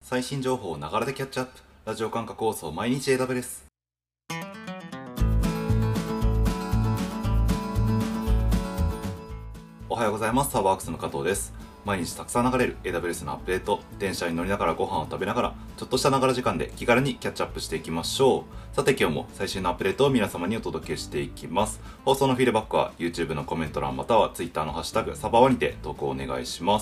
最新情報をながらでキャッチアップ。ラジオ感覚放送毎日 AW です。おはようございます。サーバーワークスの加藤です。毎日たくさん流れる AWS のアップデート、電車に乗りながらご飯を食べながら、ちょっとしたながら時間で気軽にキャッチアップしていきましょう。さて今日も最新のアップデートを皆様にお届けしていきます。放送のフィードバックは YouTube のコメント欄または Twitter のハッシュタグサバワにて投稿お願いします。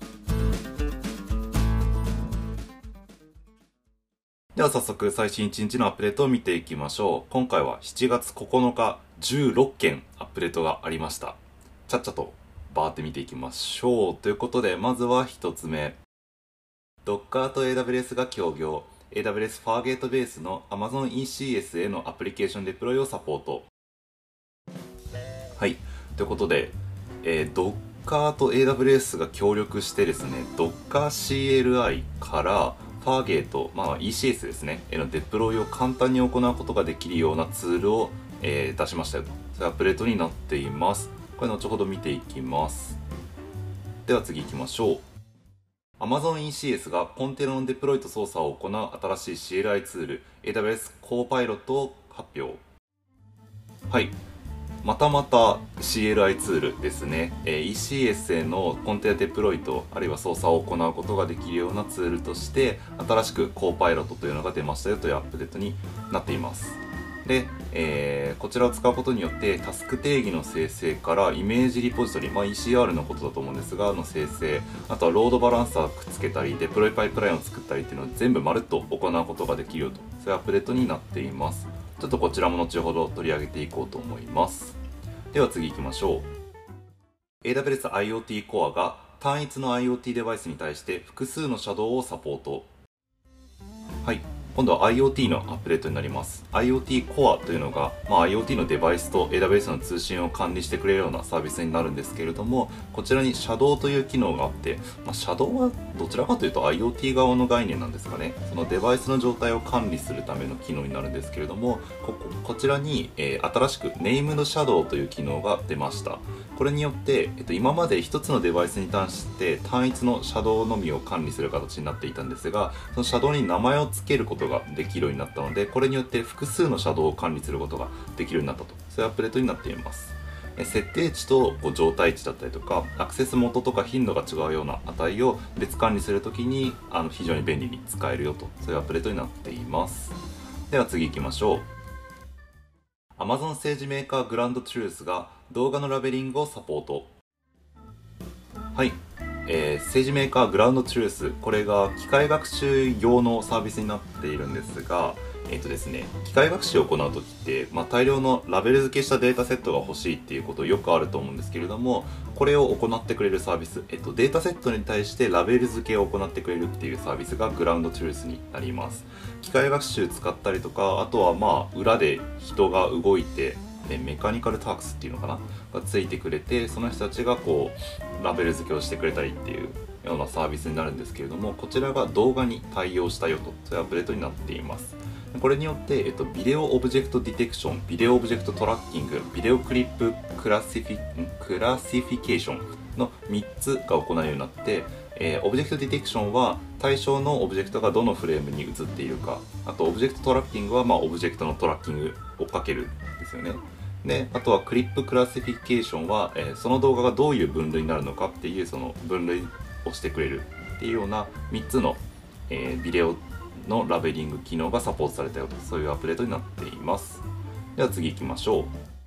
では早速最新1日のアップデートを見ていきましょう。今回は7月9日16件アップデートがありました。ちゃっちゃとバーって見ていきましょう。ということでまずは1つ目。Docker と AWS が協業。AWS ファーゲートベースの Amazon ECS へのアプリケーションデプロイをサポート。はい。ということで、Docker と AWS が協力してですね、Docker CLI からファーゲート、ECS ですね、へのデプロイを簡単に行うことができるようなツールを、出しましたよと。そういうアップデートになっています。これ後ほど見ていきます。では次行きましょう。Amazon ECS がコンテナのデプロイと操作を行う新しい CLI ツール AWS Copilot を発表。はい。またまた CLI ツールですね。ECS へのコンテナデプロイとあるいは操作を行うことができるようなツールとして新しく Copilot というのが出ましたよというアップデートになっています。で、こちらを使うことによってタスク定義の生成からイメージリポジトリ、ECR のことだと思うんですがの生成、あとはロードバランサーくっつけたりデプロイパイプラインを作ったりっていうのを全部まるっと行うことができるよと、そういうアップデートになっています。ちょっとこちらも後ほど取り上げていこうと思います。では次行きましょう。 AWS IoT Core が単一の IoT デバイスに対して複数のシャドウをサポート。はい、今度は IoT のアップデートになります。 IoT Core というのが、IoT のデバイスと AWS の通信を管理してくれるようなサービスになるんですけれども、こちらにシャドウという機能があって、シャドウはどちらかというと IoT 側の概念なんですかね。そのデバイスの状態を管理するための機能になるんですけれども、こちらに、新しく Named Shadow という機能が出ました。これによって、今まで一つのデバイスに対して単一のシャドウのみを管理する形になっていたんですが、そのシャドウに名前を付けることができるようになったので、これによって複数のシャドウを管理することができるようになったと、そういうアップデートになっています。設定値と状態値だったりとかアクセス元とか頻度が違うような値を別管理するときに非常に便利に使えるよと、そういうアップデートになっています。では次行きましょう。Amazon 政治メーカーグランドトゥルースが動画のラベリングをサポート。はい、政治メーカーグラウンドトゥルース、これが機械学習用のサービスになっているんですが、ですね、機械学習を行う時って、大量のラベル付けしたデータセットが欲しいっていうことよくあると思うんですけれども、これを行ってくれるサービス、データセットに対してラベル付けを行ってくれるっていうサービスがグラウンドトゥルースになります。機械学習使ったりとか、あとは裏で人が動いてメカニカルタークスっていうのかながついてくれて、その人たちがラベル付けをしてくれたりっていうようなサービスになるんですけれども、こちらが動画に対応したよと、そういうアップデートになっています。これによって、ビデオオブジェクトディテクション、ビデオオブジェクトトラッキング、ビデオクリップクラシフィケーションの3つが行えるようになって、オブジェクトディテクションは対象のオブジェクトがどのフレームに映っているか、あとオブジェクトトラッキングはオブジェクトのトラッキングをかけるんですよね。で、あとはクリップクラシフィケーションは、その動画がどういう分類になるのかっていうその分類をしてくれるっていうような3つの、ビデオのラベリング機能がサポートされたよと、そういうアップデートになっています。では次行きましょう。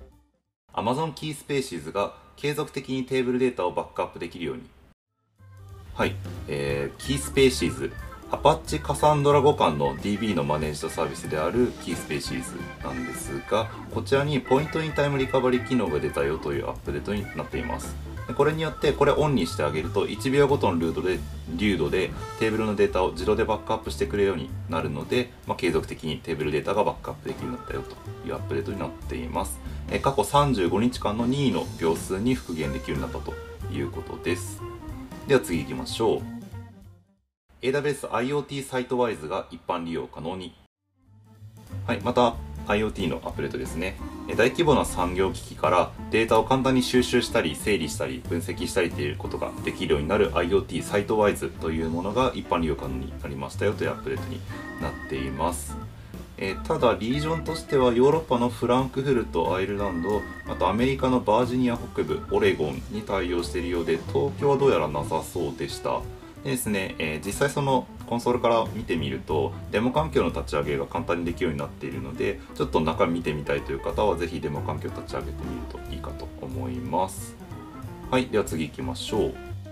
Amazon Keyspaces が継続的にテーブルデータをバックアップできるように。はい、Keyspaces、アパッチカサンドラ互換の DB のマネージドサービスである Keyspaces なんですが、こちらにポイントインタイムリカバリー機能が出たよというアップデートになっています。これによってこれオンにしてあげると1秒ごとの流度でテーブルのデータを自動でバックアップしてくれるようになるので、継続的にテーブルデータがバックアップできるようになったよというアップデートになっています。過去35日間の任意の秒数に復元できるようになったということです。では次行きましょう。AWS IoT サイトワイズが一般利用可能に。はい、また IoT のアップデートですね。 大規模な産業機器からデータを簡単に収集したり整理したり分析したりということができるようになる IoT サイトワイズというものが一般利用可能になりましたよというアップデートになっています。ただリージョンとしてはヨーロッパのフランクフルト、アイルランド、あとアメリカのバージニア北部、オレゴンに対応しているようで、東京はどうやらなさそうでした。でですね、実際そのコンソールから見てみるとデモ環境の立ち上げが簡単にできるようになっているので、ちょっと中見てみたいという方はぜひデモ環境を立ち上げてみるといいかと思います。はい、では次行きましょう。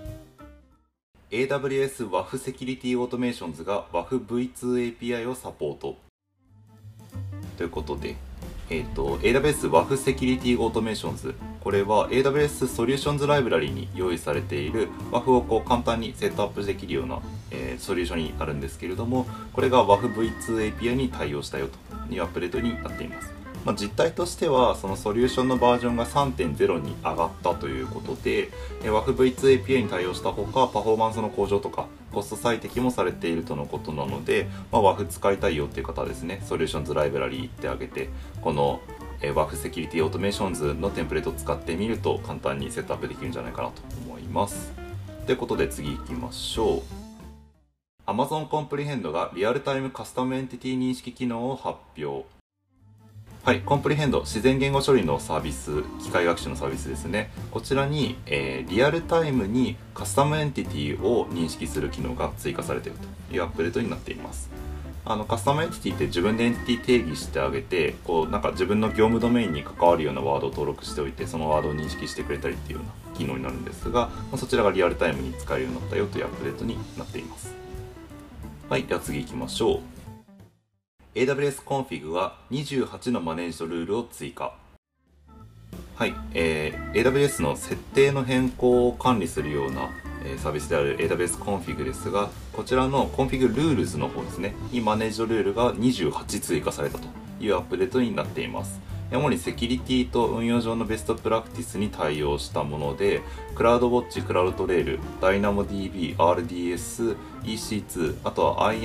AWS WAF セキュリティオートメーションズが WAF V2 API をサポートということで、AWS WAF セキュリティオートメーションズ、これは AWS ソリューションズライブラリに用意されている WAF をこう簡単にセットアップできるような、ソリューションになるんですけれども、これが WAF V2 API に対応したよというアップデートになっています。実態としてはそのソリューションのバージョンが 3.0 に上がったということで、WAF V2 API に対応したほかパフォーマンスの向上とかコスト最適もされているとのことなので、WAF 使いたいよっていう方はですね、ソリューションズライブラリ行ってあげて、このWAF セキュリティオートメーションズのテンプレートを使ってみると簡単にセットアップできるんじゃないかなと思います。ということで次行きましょう。 Amazon Comprehend がリアルタイムカスタムエンティティ認識機能を発表。はい、コンプリヘンド、自然言語処理のサービス、機械学習のサービスですね。こちらに、リアルタイムにカスタムエンティティを認識する機能が追加されているというアップデートになっています。カスタムエンティティって自分でエンティティ定義してあげて、こうなんか自分の業務ドメインに関わるようなワードを登録しておいて、そのワードを認識してくれたりっていうような機能になるんですが、そちらがリアルタイムに使えるようになったよというアップデートになっています。はい、では次行きましょう。AWS コンフィグは28のマネージドルールを追加。はい、AWS の設定の変更を管理するような、サービスである AWS コンフィグですが、こちらのコンフィグルールズの方ですね、にマネージドルールが28追加されたというアップデートになっています。主にセキュリティと運用上のベストプラクティスに対応したもので、クラウドウォッチ、クラウドトレイル、DynamoDB、RDS、EC2、あとは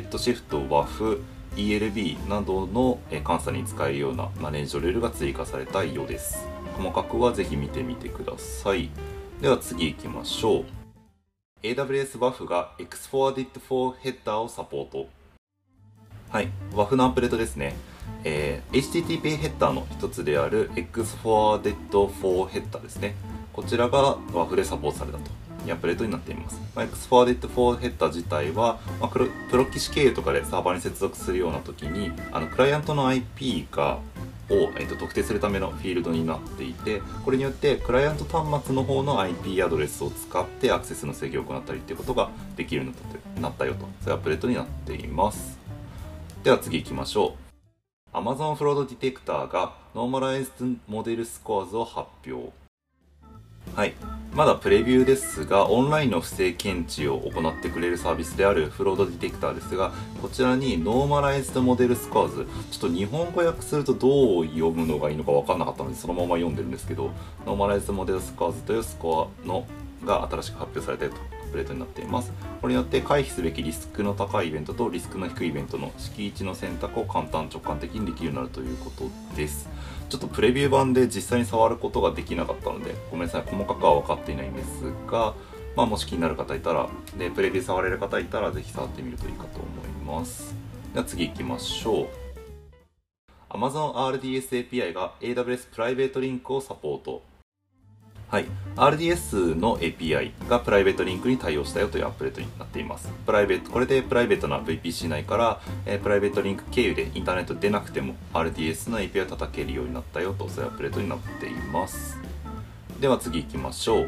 IAM、Redshift、WAF、ELB などの監査に使えるようなマネージドルールが追加されたようです。細かくはぜひ見てみてください。では次行きましょう。AWS WAF が Exforwarded for Header をサポート。はい、WAF のアップデートですね。HTTP ヘッダーの一つである Exforwarded for Header ですね。こちらが WAF でサポートされたというアップデートになっています。Exforwarded for Header 自体は、プロ棋士経由とかでサーバーに接続するような時に、クライアントの IP を特定するためのフィールドになっていて、これによってクライアント端末の方の IP アドレスを使ってアクセスの制御を行ったりということができるようになったよと、そういうアップデートになっています。では次行きましょう。 Amazon フロードディテクターが Normalized Model Scores を発表。はい、まだプレビューですが、オンラインの不正検知を行ってくれるサービスであるフロードディテクターですが、こちらにノーマライズドモデルスコアズ、ちょっと日本語訳するとどう読むのがいいのか分からなかったのでそのまま読んでるんですけど、ノーマライズドモデルスコアズというスコアのが新しく発表されたとアップデートになっています。これによって回避すべきリスクの高いイベントとリスクの低いイベントの敷地の選択を簡単直感的にできるようになるということです。ちょっとプレビュー版で実際に触ることができなかったのでごめんなさい、細かくは分かっていないんですが、もし気になる方いたら、でプレビュー触れる方いたらぜひ触ってみるといいかと思います。では次行きましょう。 Amazon RDS API が AWS プライベートリンクをサポート。はい、RDS の API がプライベートリンクに対応したよというアップデートになっています。これでプライベートな VPC 内から、プライベートリンク経由でインターネット出なくても RDS の API を叩けるようになったよと、そういうアップデートになっています。では次行きましょう。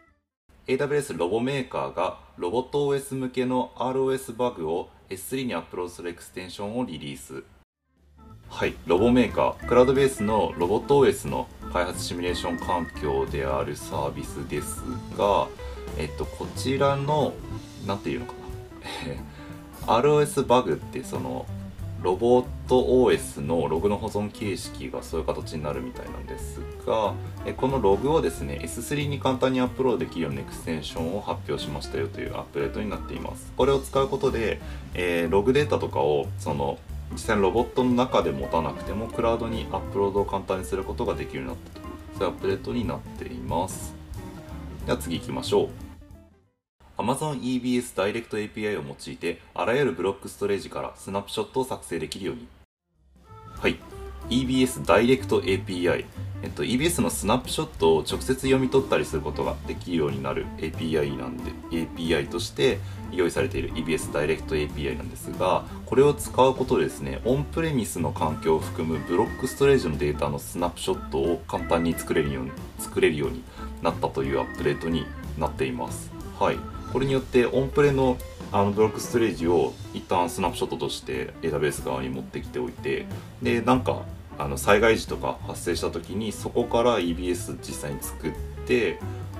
AWS ロボメーカーがロボット OS 向けの ROS バグを S3 にアップロードするエクステンションをリリース。はい、ロボメーカー、クラウドベースのロボット OS の開発シミュレーション環境であるサービスですが、こちらの、なんていうのかなROS バグってそのロボット OS のログの保存形式がそういう形になるみたいなんですが、このログをですね S3 に簡単にアップロードできるようなエクステンションを発表しましたよというアップデートになっています。これを使うことで、ログデータとかをその実際のロボットの中で持たなくてもクラウドにアップロードを簡単にすることができるようになったと、そういうアップデートになっています。では次行きましょう。 Amazon EBS Direct API を用いてあらゆるブロックストレージからスナップショットを作成できるように。はい、EBS Direct API、EBS のスナップショットを直接読み取ったりすることができるようになる API なんで、 API として用意されている EBS Direct API なんですが、これを使うことでですね、オンプレミスの環境を含むブロックストレージのデータのスナップショットを簡単に作れるようになったというアップデートになっています。はい、これによってオンプレのブロックストレージを一旦スナップショットとして AWS 側に持ってきておいて、でなんか災害時とか発生した時にそこから EBS 実際に作って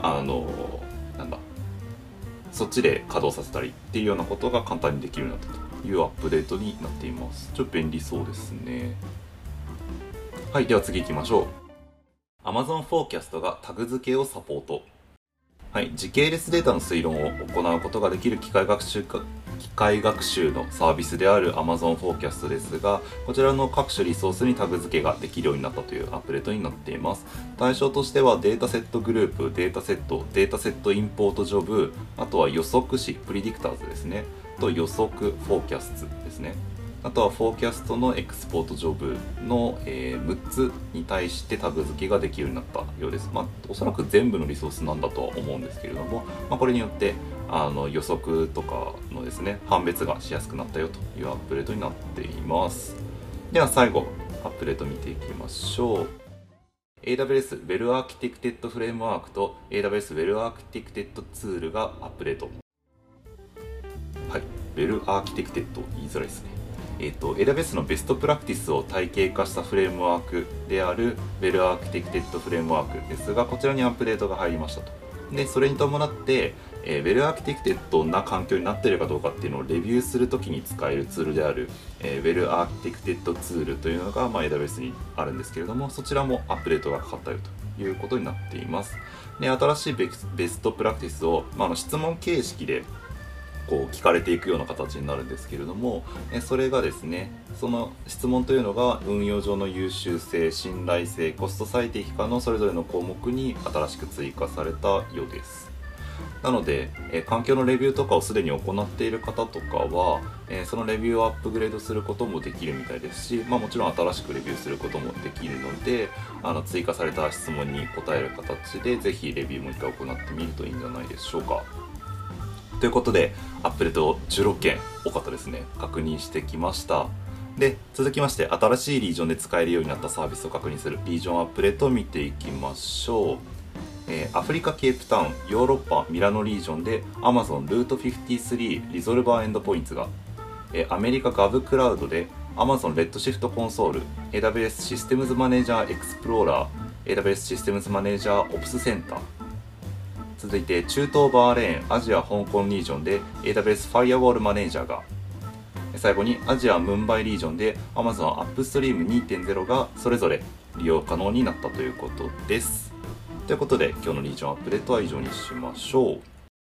そっちで稼働させたりっていうようなことが簡単にできるようになったというアップデートになっています。ちょっと便利そうですね。はい、では次行きましょう。 Amazon Forecast がタグ付けをサポート。はい、時系列データの推論を行うことができる機械学習のサービスである Amazon Forecast ですが、こちらの各種リソースにタグ付けができるようになったというアップデートになっています。対象としてはデータセットグループ、データセットインポートジョブ、あとは予測詞、プリディクターズですね、と予測フォーキャストですね。あとはフォーキャストのエクスポートジョブの、6つに対してタグ付けができるようになったようです。おそらく全部のリソースなんだとは思うんですけれども、これによって予測とかのですね、判別がしやすくなったよというアップデートになっています。では最後、アップデート見ていきましょう。AWS Well Architected Framework と AWS Well Architected Tool がアップデート。はい、Well Architected 言いづらいですね。AWS のベストプラクティスを体系化したフレームワークである Well Architected Framework ですが、こちらにアップデートが入りましたと。で、それに伴って、Well Architected な環境になっているかどうかっていうのをレビューするときに使えるツールである、Well Architected Tool というのが、AWS にあるんですけれども、そちらもアップデートがかかったよということになっています。で、新しいベストプラクティスを、質問形式でこう聞かれていくような形になるんですけれども、それがですね、その質問というのが運用上の優秀性、信頼性、コスト最適化のそれぞれの項目に新しく追加されたようです。なので、環境のレビューとかをすでに行っている方とかは、そのレビューをアップグレードすることもできるみたいですし、もちろん新しくレビューすることもできるので、追加された質問に答える形でぜひレビューもう一回行ってみるといいんじゃないでしょうか。ということで、アップデート16件多かったですね。確認してきました。で、続きまして、新しいリージョンで使えるようになったサービスを確認するリージョンアップデートを見ていきましょう。アフリカケープタウン、ヨーロッパミラノリージョンで Amazon Route 53リゾルバーエンドポイントが、アメリカ Gov クラウドで Amazon Redshift コンソール、AWS システムズマネージャーエクスプローラー、AWS システムズマネージャーオプスセンター。続いて中東バーレーン、アジア香港リージョンで AWS ファイアウォールマネージャーが、最後にアジアムンバイリージョンで Amazon Upstream 2.0 がそれぞれ利用可能になったということです。ということで今日のリージョンアップデートは以上にしましょう。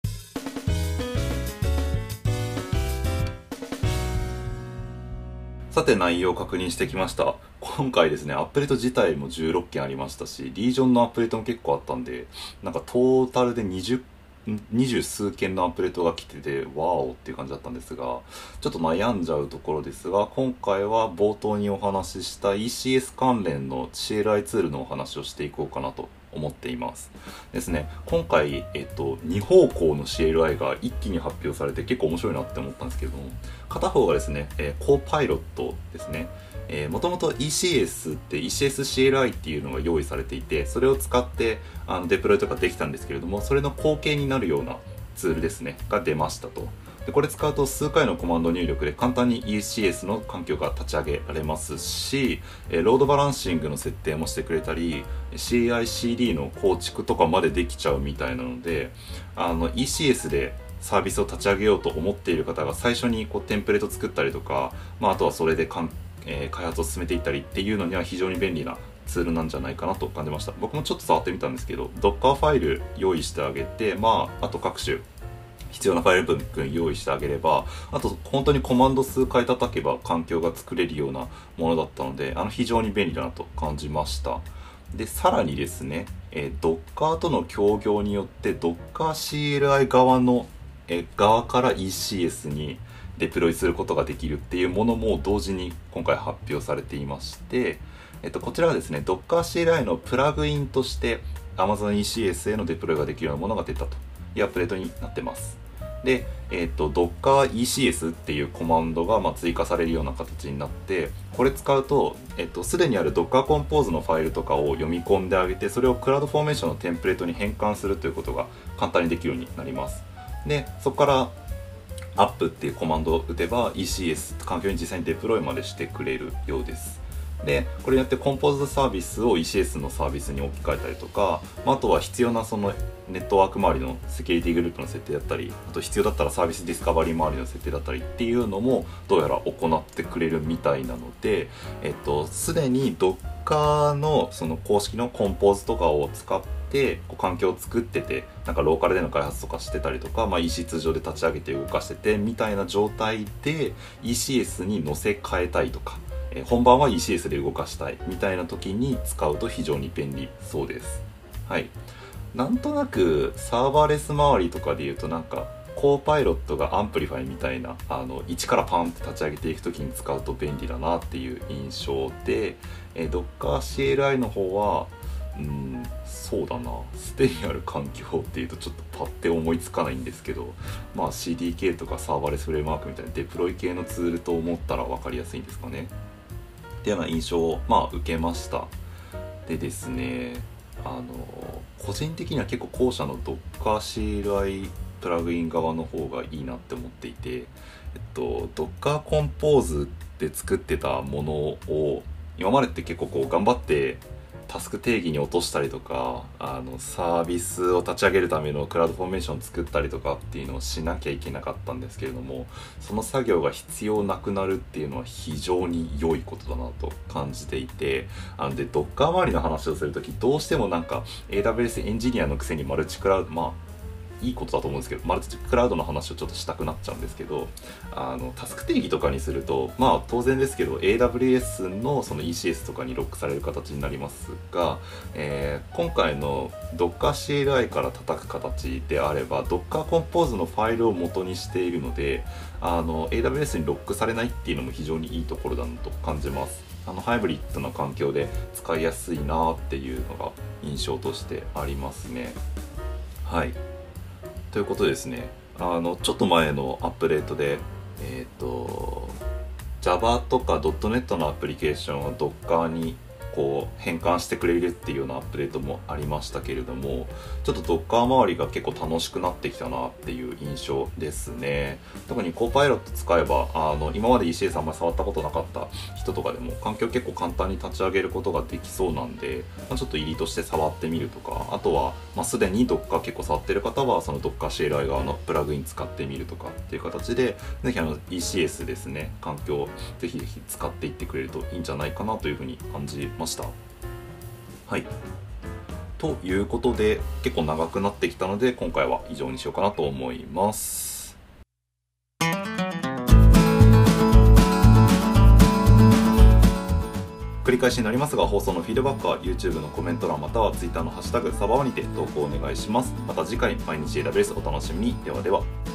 さて、内容を確認してきました。今回ですね、アップデート自体も16件ありましたし、リージョンのアップデートも結構あったんで、なんかトータルで20数件のアップデートが来てて、ワオっていう感じだったんですが、ちょっと悩んじゃうところですが、今回は冒頭にお話しした ECS 関連の CLI ツールのお話をしていこうかなと思っていますですね。今回、2方向の CLI が一気に発表されて結構面白いなって思ったんですけども、片方がですね、コーパイロットですね。もともと ECS って ECS-CLI っていうのが用意されていて、それを使ってデプロイとかできたんですけれども、それの後継になるようなツールですねが出ましたと。でこれ使うと数回のコマンド入力で簡単に ECS の環境が立ち上げられますし、ロードバランシングの設定もしてくれたり CI/CD の構築とかまでできちゃうみたいなので、ECS でサービスを立ち上げようと思っている方が最初にテンプレート作ったりとか、あとはそれで開発を進めていったりっていうのには非常に便利なツールなんじゃないかなと感じました。僕もちょっと触ってみたんですけど、Docker ファイル用意してあげて、あと各種必要なファイル分用意してあげれば、あと本当にコマンド数回叩けば環境が作れるようなものだったので、非常に便利だなと感じました。で、さらにですね、Docker との協業によって Docker CLI 側の側から ECS にデプロイすることができるっていうものも同時に今回発表されていまして、こちらはですね Docker CLI のプラグインとして Amazon ECS へのデプロイができるようなものが出たというアップデートになってます。で、Docker ECS っていうコマンドが追加されるような形になって、これ使うと、すでにある Docker Compose のファイルとかを読み込んであげて、それを CloudFormation のテンプレートに変換するということが簡単にできるようになります。で、そこからアップっていうコマンドを打てば ECS 環境に実際にデプロイまでしてくれるようです。で、これによってコンポーズサービスを ECS のサービスに置き換えたりとか、あとは必要なそのネットワーク周りのセキュリティグループの設定だったり、あと必要だったらサービスディスカバリー周りの設定だったりっていうのもどうやら行ってくれるみたいなので、すでに Docker のその公式のコンポーズとかを使って環境を作ってて、なんかローカルでの開発とかしてたりとか、EC 通常で立ち上げて動かしててみたいな状態で ECS に載せ替えたいとか、本番は ECS で動かしたいみたいな時に使うと非常に便利そうです。はい。なんとなくサーバーレス周りとかで言うと、なんかコーパイロットがアンプリファイみたいな一からパンって立ち上げていく時に使うと便利だなっていう印象で、Docker CLI の方はそうだな、すでにある環境っていうとちょっとパッて思いつかないんですけど、CDK とかサーバーレスフレームワークみたいなデプロイ系のツールと思ったら分かりやすいんですかねっていうような印象を受けました。でですね、個人的には結構後者の Docker CLI プラグイン側の方がいいなって思っていて、Docker Compose で作ってたものを今までって結構頑張ってタスク定義に落としたりとか、サービスを立ち上げるためのクラウドフォーメーションを作ったりとかっていうのをしなきゃいけなかったんですけれども、その作業が必要なくなるっていうのは非常に良いことだなと感じていて、で Docker 周りの話をするときどうしてもなんか AWS エンジニアのくせにマルチクラウド、いいことだと思うんですけど、マルチクラウドの話をちょっとしたくなっちゃうんですけど、タスク定義とかにすると当然ですけど AWS のその ECS とかにロックされる形になりますが、今回の Docker CLI から叩く形であれば Docker Compose のファイルを元にしているので、AWS にロックされないっていうのも非常にいいところだなと感じます。ハイブリッドな環境で使いやすいなっていうのが印象としてありますね。はい、ということですね。ちょっと前のアップデートで、Java とか .NET のアプリケーションを Docker に変換してくれるっていうようなアップデートもありましたけれども、ちょっと Docker 周りが結構楽しくなってきたなっていう印象ですね。特に Copilot 使えば今まで ECS あんまり触ったことなかった人とかでも環境結構簡単に立ち上げることができそうなんで、ちょっと入りとして触ってみるとか、あとはすでに Docker 結構触ってる方はその Docker CLI 側のプラグイン使ってみるとかっていう形で、ぜひECS ですね、環境ぜひぜひ使っていってくれるといいんじゃないかなというふうに感じました。はい、ということで結構長くなってきたので今回は以上にしようかなと思います。繰り返しになりますが、放送のフィードバックは YouTube のコメント欄または Twitter のハッシュタグサバワにて投稿お願いします。また次回毎日 AWS お楽しみに。ではでは。